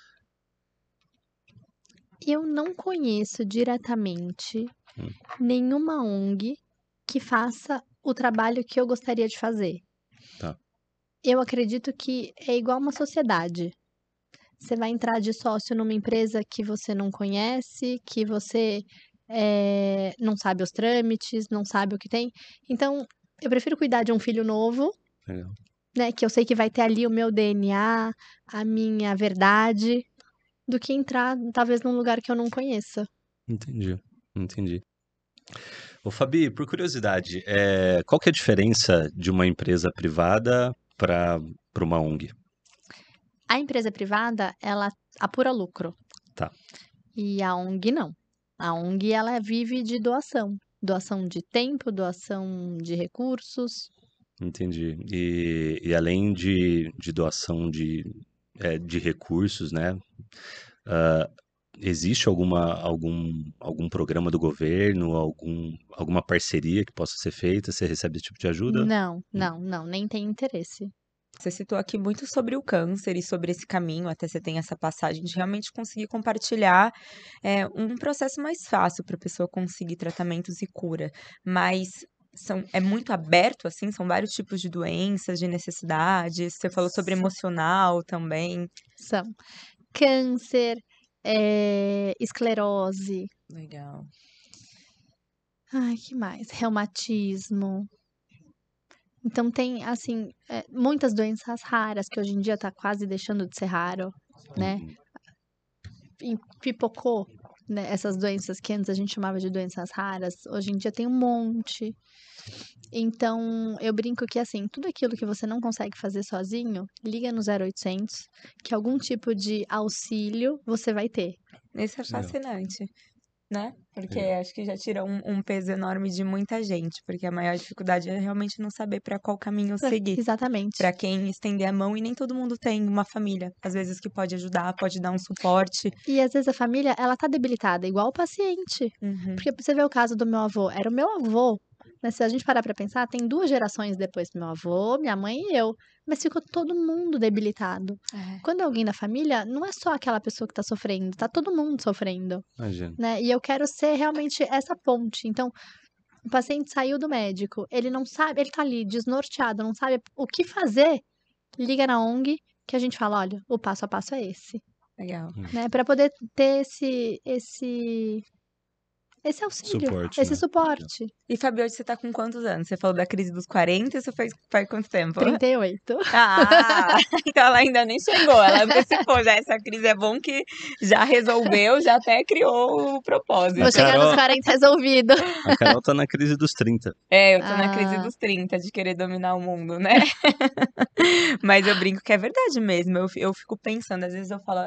Eu não conheço diretamente Hum, nenhuma ONG que faça o trabalho que eu gostaria de fazer. tá, Eu acredito que é igual uma sociedade. Você vai entrar de sócio numa empresa que você não conhece, que você não sabe os trâmites, não sabe o que tem. Então, eu prefiro cuidar de um filho novo, legal. né? Que eu sei que vai ter ali o meu DNA, a minha verdade, do que entrar, talvez, num lugar que eu não conheça. Entendi, entendi. Ô, Fabi, por curiosidade, qual que é a diferença de uma empresa privada para uma ONG? A empresa privada, ela apura lucro. Tá, E a ONG não. A ONG, ela vive de doação. Doação de tempo, doação de recursos. entendi. E além de doação de recursos, né? ah, existe algum programa do governo, alguma parceria que possa ser feita? Você recebe esse tipo de ajuda? Não, nem tem interesse. Você citou aqui muito sobre o câncer e sobre esse caminho, até você tem essa passagem de realmente conseguir compartilhar um processo mais fácil para a pessoa conseguir tratamentos e cura. Mas é muito aberto, assim, são vários tipos de doenças, de necessidades. Você falou sobre emocional também. São câncer, esclerose, Legal. ai, que mais? Reumatismo. Então tem, assim, muitas doenças raras, que hoje em dia tá quase deixando de ser raro, né? Pipocou, né? Essas doenças que antes a gente chamava de doenças raras, hoje em dia tem um monte. Então, eu brinco que, assim, tudo aquilo que você não consegue fazer sozinho, liga no 0800, que algum tipo de auxílio você vai ter. Isso é Legal. fascinante, né? Porque Legal. acho que já tira um peso enorme de muita gente, porque a maior dificuldade é realmente não saber para qual caminho seguir. Exatamente. Para quem estender a mão e nem todo mundo tem uma família, às vezes que pode ajudar, pode dar um suporte. E às vezes a família, ela tá debilitada, igual o paciente. Uhum. Porque você vê o caso do meu avô, era o meu avô. Né? Se a gente parar pra pensar, tem 2 gerações depois do meu avô, minha mãe e eu. Mas ficou todo mundo debilitado. Quando é alguém da família, não é só aquela pessoa que tá sofrendo, tá todo mundo sofrendo. Imagina. Né? E eu quero ser realmente essa ponte. Então, o paciente saiu do médico, ele não sabe, ele tá ali desnorteado, não sabe o que fazer, liga na ONG que a gente fala, olha, o passo a passo é esse. Legal. Né? Para poder ter esse auxílio, Suporte, esse né? suporte. E Fabi, hoje você tá com quantos anos? Você falou da crise dos 40, isso faz quanto tempo? 38. Ah, então ela ainda nem chegou, ela antecipou já essa crise. É bom que já resolveu, já até criou o propósito. Vou chegar Carol- nos 40 resolvido. A Carol tá na crise dos 30. Eu tô na crise Ah. dos 30, de querer dominar o mundo, né? Mas eu brinco que é verdade mesmo. Eu fico pensando, às vezes eu falo,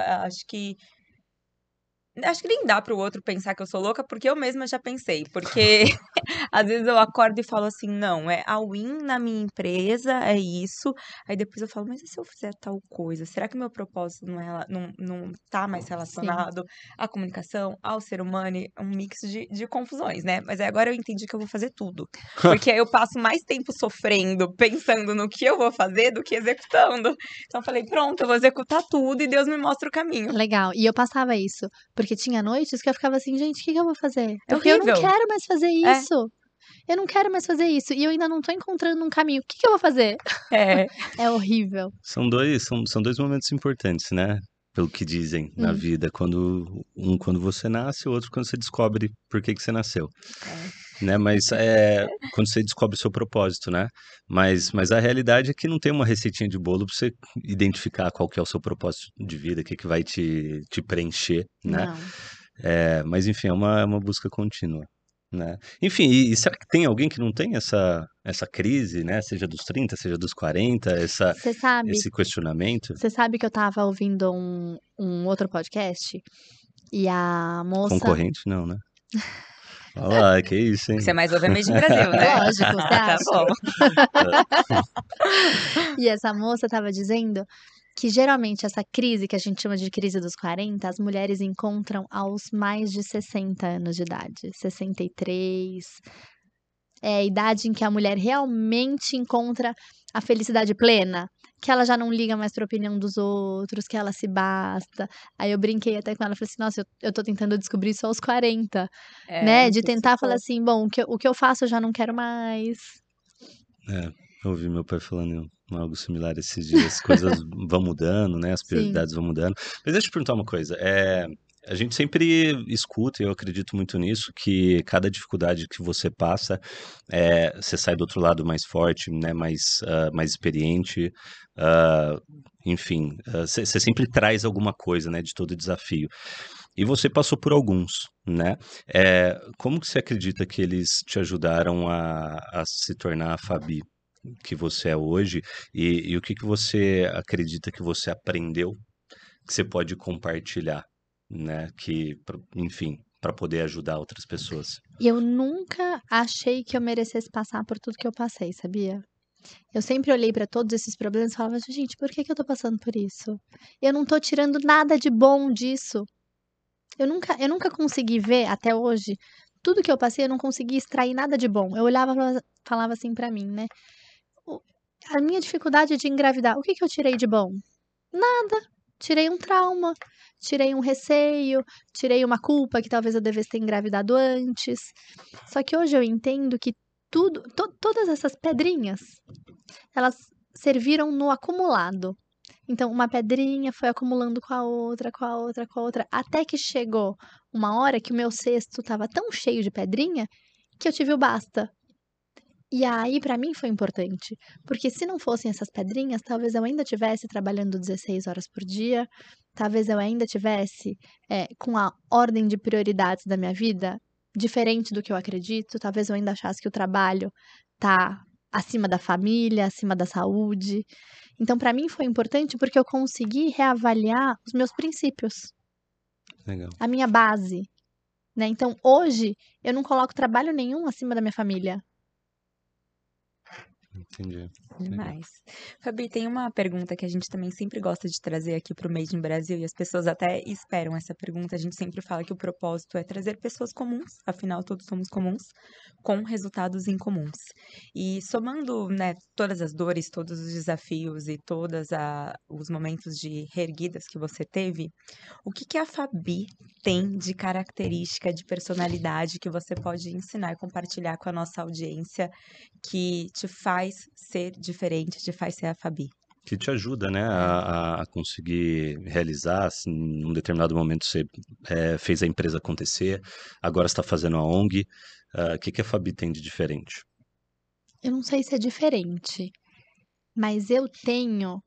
acho que nem dá pro outro pensar que eu sou louca, porque eu mesma já pensei. Porque às vezes eu acordo e falo assim, não, é all-in na minha empresa, é isso. Aí depois eu falo, mas e se eu fizer tal coisa? Será que meu propósito não tá mais relacionado à comunicação, ao ser humano? É um mix de confusões, né? Mas aí agora eu entendi que eu vou fazer tudo. Porque aí eu passo mais tempo sofrendo, pensando no que eu vou fazer, do que executando. Então eu falei, pronto, eu vou executar tudo e Deus me mostra o caminho. Legal. E eu passava isso. Porque tinha noites que eu ficava assim, gente, o que eu vou fazer? É Porque eu não horrível. quero mais fazer isso. Eu não quero mais fazer isso. E eu ainda não tô encontrando um caminho. O que eu vou fazer? É. É horrível. São dois momentos importantes, né? Pelo que dizem na vida. Quando você nasce, o outro quando você descobre por que você nasceu. Né? Mas quando você descobre o seu propósito, né? Mas a realidade é que não tem uma receitinha de bolo para você identificar qual que é o seu propósito de vida, o que vai te preencher, né? Não. Mas enfim, é uma busca contínua. Né? Enfim, e será que tem alguém que não tem essa crise, né? Seja dos 30, seja dos 40, Você sabe, esse questionamento? que eu tava ouvindo um outro podcast e a moça. Concorrente, não, né? Olha lá, que isso, hein? Você mais ouve a Made in Brasil, né? Lógico, você Tá acha? bom. E essa moça tava dizendo que geralmente essa crise, que a gente chama de crise dos 40, as mulheres encontram aos mais de 60 anos de idade, 63. É a idade em que a mulher realmente encontra a felicidade plena, que ela já não liga mais para a opinião dos outros, que ela se basta. Aí eu brinquei até com ela, falei assim, nossa, eu tô tentando descobrir isso aos 40, né? De tentar falar assim, bom, o que eu faço eu já não quero mais. Eu ouvi meu pai falando algo similar esses dias. As coisas vão mudando, né? As Sim. prioridades vão mudando. Mas deixa eu te perguntar uma coisa. A gente sempre escuta, e eu acredito muito nisso, que cada dificuldade que você passa, você sai do outro lado mais forte, né? Mais experiente. Enfim, você sempre traz alguma coisa, né? De todo desafio. E você passou por alguns, né? Como que você acredita que eles te ajudaram a se tornar a Fabi que você é hoje? E o que você acredita que você aprendeu que você pode compartilhar, né? Enfim, para poder ajudar outras pessoas. Eu nunca achei que eu merecesse passar por tudo que eu passei, sabia? Eu sempre olhei para todos esses problemas e falava, gente, por que eu tô passando por isso? Eu não tô tirando nada de bom disso. Eu nunca consegui ver, até hoje, tudo que eu passei, eu não consegui extrair nada de bom. Eu olhava e falava assim pra mim, né? A minha dificuldade de engravidar, o que eu tirei de bom? Nada. Tirei um trauma, tirei um receio, tirei uma culpa que talvez eu devesse ter engravidado antes. Só que hoje eu entendo que todas essas pedrinhas, elas serviram no acumulado. Então, uma pedrinha foi acumulando com a outra, com a outra, com a outra, até que chegou uma hora que o meu cesto estava tão cheio de pedrinha que eu tive o basta. E aí, pra mim, foi importante, porque se não fossem essas pedrinhas, talvez eu ainda tivesse trabalhando 16 horas por dia, talvez eu ainda tivesse com a ordem de prioridades da minha vida diferente do que eu acredito, talvez eu ainda achasse que o trabalho tá acima da família, acima da saúde. Então, pra mim, foi importante porque eu consegui reavaliar os meus princípios, Legal. a minha base, né? Então, hoje, eu não coloco trabalho nenhum acima da minha família. Entendi. Demais. Fabi, tem uma pergunta que a gente também sempre gosta de trazer aqui para o Made in Brasil e as pessoas até esperam essa pergunta. A gente sempre fala que o propósito é trazer pessoas comuns, afinal todos somos comuns, com resultados incomuns. E somando, né, todas as dores, todos os desafios e todos os momentos de reerguidas que você teve, o que a Fabi tem de característica, de personalidade que você pode ensinar e compartilhar com a nossa audiência que te faz ser diferente, te faz ser a Fabi? Que te ajuda, né, a conseguir realizar. Assim, num determinado momento você fez a empresa acontecer, agora está fazendo a ONG. O que a Fabi tem de diferente? Eu não sei se é diferente, mas eu tenho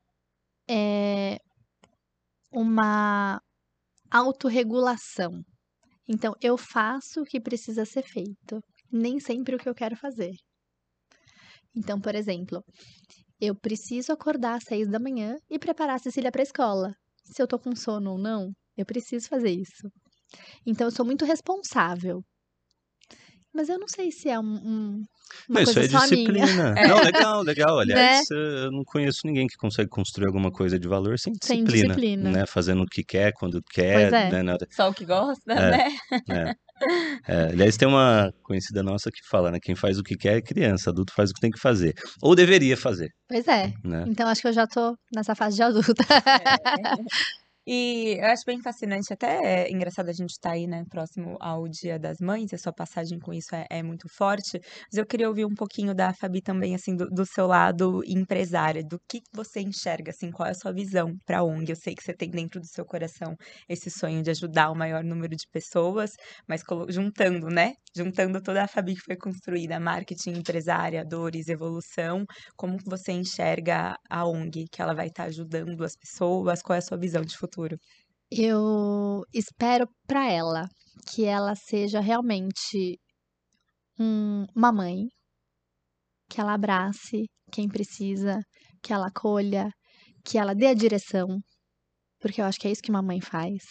uma autorregulação. Então, eu faço o que precisa ser feito, nem sempre o que eu quero fazer. Então, por exemplo, eu preciso acordar às 6 da manhã e preparar a Cecília para a escola. Se eu tô com sono ou não, eu preciso fazer isso. Então, eu sou muito responsável. Mas eu não sei se é uma Não, isso coisa é só minha, disciplina. Não, legal, legal. né? Aliás, eu não conheço ninguém que consegue construir alguma coisa de valor sem Sem disciplina, disciplina. né? Fazendo o que quer, quando Pois quer, é. né? Só o que gosta, É, né? é. Aliás, tem uma conhecida nossa que fala, né? Quem faz o que quer é criança, adulto faz o que tem que fazer. Ou deveria fazer, Pois é. né? Então, acho que eu já tô nessa fase de adulta. E eu acho bem fascinante, até é engraçado a gente estar aí, né, próximo ao Dia das Mães, e a sua passagem com isso é muito forte, mas eu queria ouvir um pouquinho da Fabi também, assim, do seu lado empresária, do que você enxerga, assim, qual é a sua visão para a ONG? Eu sei que você tem dentro do seu coração esse sonho de ajudar o maior número de pessoas, mas juntando, né, juntando toda a Fabi que foi construída, marketing, empresária, dores, evolução, como que você enxerga a ONG, que ela vai estar ajudando as pessoas, qual é a sua visão de futuro? Eu espero para ela que ela seja realmente uma mãe, que ela abrace quem precisa, que ela acolha, que ela dê a direção, porque eu acho que é isso que uma mãe faz.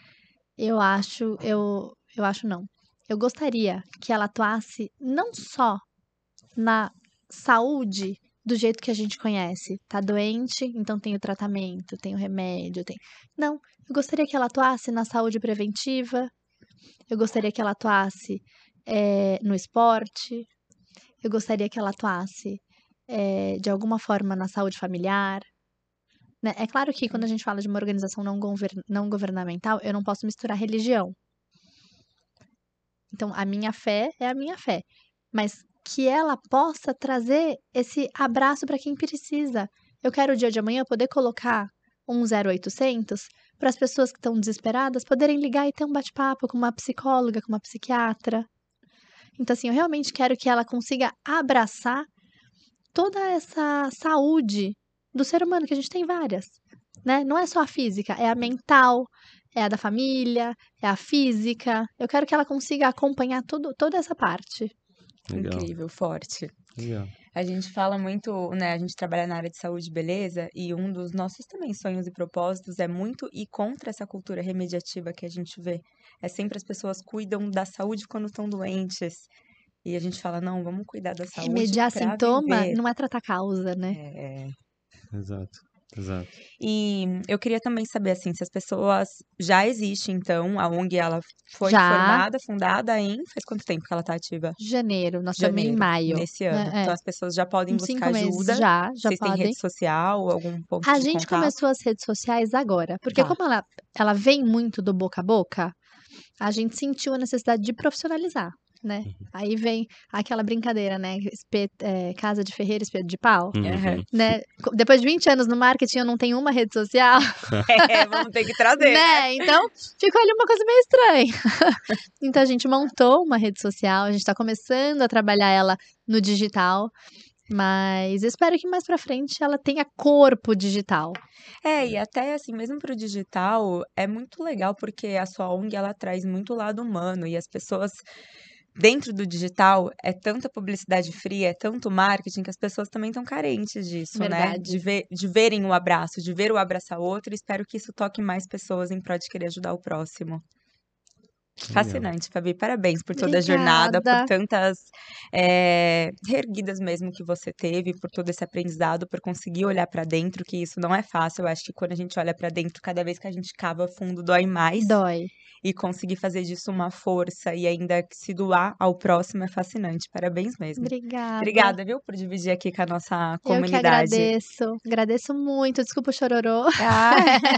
Eu acho não. Eu gostaria que ela atuasse não só na saúde do jeito que a gente conhece. Tá doente, então tem o tratamento, tem o remédio, tem... Não, eu gostaria que ela atuasse na saúde preventiva, eu gostaria que ela atuasse no esporte, eu gostaria que ela atuasse de alguma forma na saúde familiar, né? É claro que quando a gente fala de uma organização não governamental, eu não posso misturar religião. Então, a minha fé é a minha fé, mas que ela possa trazer esse abraço para quem precisa. Eu quero o dia de amanhã poder colocar um 0800 para as pessoas que estão desesperadas poderem ligar e ter um bate-papo com uma psicóloga, com uma psiquiatra. Então, assim, eu realmente quero que ela consiga abraçar toda essa saúde do ser humano, que a gente tem várias, né? Não é só a física, é a mental, é a da família, é a física. Eu quero que ela consiga acompanhar toda essa parte. Legal. Incrível, forte. Legal. A gente fala muito, né? A gente trabalha na área de saúde e beleza, e um dos nossos também sonhos e propósitos é muito ir contra essa cultura remediativa que a gente vê. É sempre as pessoas cuidam da saúde quando estão doentes. E a gente fala, não, vamos cuidar da saúde Remediar para sintoma viver. não é tratar causa, né? Exato. Exato. E eu queria também saber, assim, se as pessoas... Já existe, então, a ONG, ela foi Já, fundada em... Faz quanto tempo que ela tá ativa? janeiro, nós estamos em Janeiro, maio, nesse ano. né? Então, as pessoas já podem Uns 5 buscar meses ajuda. já Vocês têm podem. rede social, algum ponto A de gente contato? começou as redes sociais agora, porque Tá. como ela vem muito do boca a boca, a gente sentiu a necessidade de profissionalizar, né? Aí vem aquela brincadeira, né? Casa de ferreiro, espeto de pau, Uhum. né? Depois de 20 anos no marketing, eu não tenho uma rede social, Vamos ter que trazer, né? né? Então, ficou ali uma coisa meio estranha. Então, a gente montou uma rede social, a gente tá começando a trabalhar ela no digital, mas espero que mais pra frente ela tenha corpo digital. E até assim, mesmo para o digital, é muito legal porque a sua ONG, ela traz muito lado humano e as pessoas dentro do digital é tanta publicidade fria, é tanto marketing que as pessoas também estão carentes disso, né? Verdade. De verem o abraço, de ver o abraçar o outro. E espero que isso toque mais pessoas em prol de querer ajudar o próximo. Legal. Fascinante, Fabi. Parabéns por toda a jornada, por Obrigada. tantas reerguidas mesmo que você teve, por todo esse aprendizado, por conseguir olhar pra dentro, que isso não é fácil. Eu acho que quando a gente olha pra dentro, cada vez que a gente cava fundo, dói mais. Dói. E conseguir fazer disso uma força e ainda se doar ao próximo é fascinante. Parabéns mesmo. Obrigada. Obrigada, viu, por dividir aqui com a nossa Eu que comunidade. agradeço. Agradeço muito. Desculpa o chororô. Ah,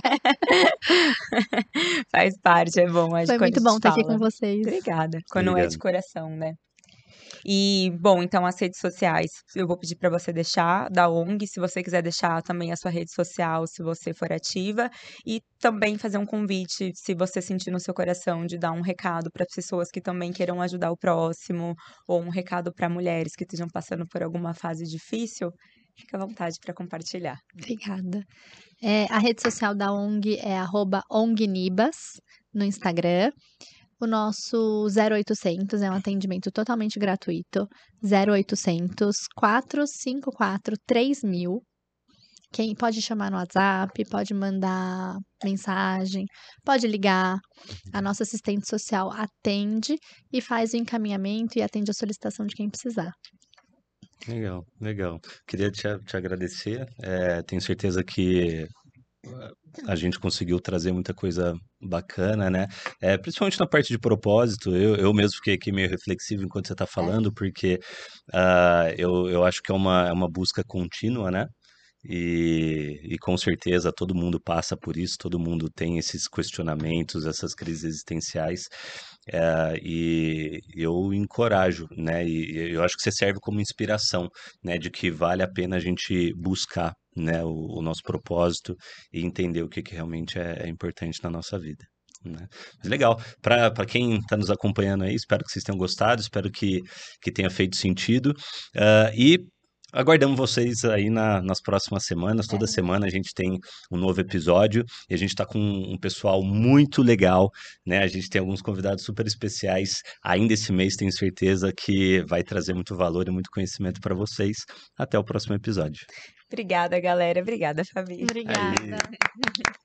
faz parte, é bom. Acho Foi que quando muito a bom gente estar aqui fala. com vocês. Obrigada. Quando é Obrigado. de coração, né? E, bom, então as redes sociais, eu vou pedir para você deixar da ONG, se você quiser deixar também a sua rede social, se você for ativa, e também fazer um convite, se você sentir no seu coração, de dar um recado para pessoas que também queiram ajudar o próximo, ou um recado para mulheres que estejam passando por alguma fase difícil, fica à vontade para compartilhar. Obrigada. A rede social da ONG é @ONGNibas no Instagram. O nosso 0800 é um atendimento totalmente gratuito. 0800 454 3000. Quem pode chamar no WhatsApp, pode mandar mensagem, pode ligar. A nossa assistente social atende e faz o encaminhamento e atende a solicitação de quem precisar. Legal, legal. Queria te agradecer. Tenho certeza que a gente conseguiu trazer muita coisa bacana, né? Principalmente na parte de propósito. Eu mesmo fiquei aqui meio reflexivo enquanto você está falando, porque eu acho que é uma busca contínua, né? E com certeza todo mundo passa por isso, todo mundo tem esses questionamentos, essas crises existenciais, e eu encorajo, né? E eu acho que você serve como inspiração, né? De que vale a pena a gente buscar, né? O nosso propósito e entender o que realmente é importante na nossa vida. Né? Mas legal, para quem está nos acompanhando aí, espero que vocês tenham gostado, espero que tenha feito sentido, e aguardamos vocês aí nas próximas semanas. Toda semana a gente tem um novo episódio e a gente está com um pessoal muito legal, né? A gente tem alguns convidados super especiais ainda esse mês, tenho certeza que vai trazer muito valor e muito conhecimento para vocês. Até o próximo episódio. Obrigada, galera. Obrigada, Fabi. Obrigada. Aí.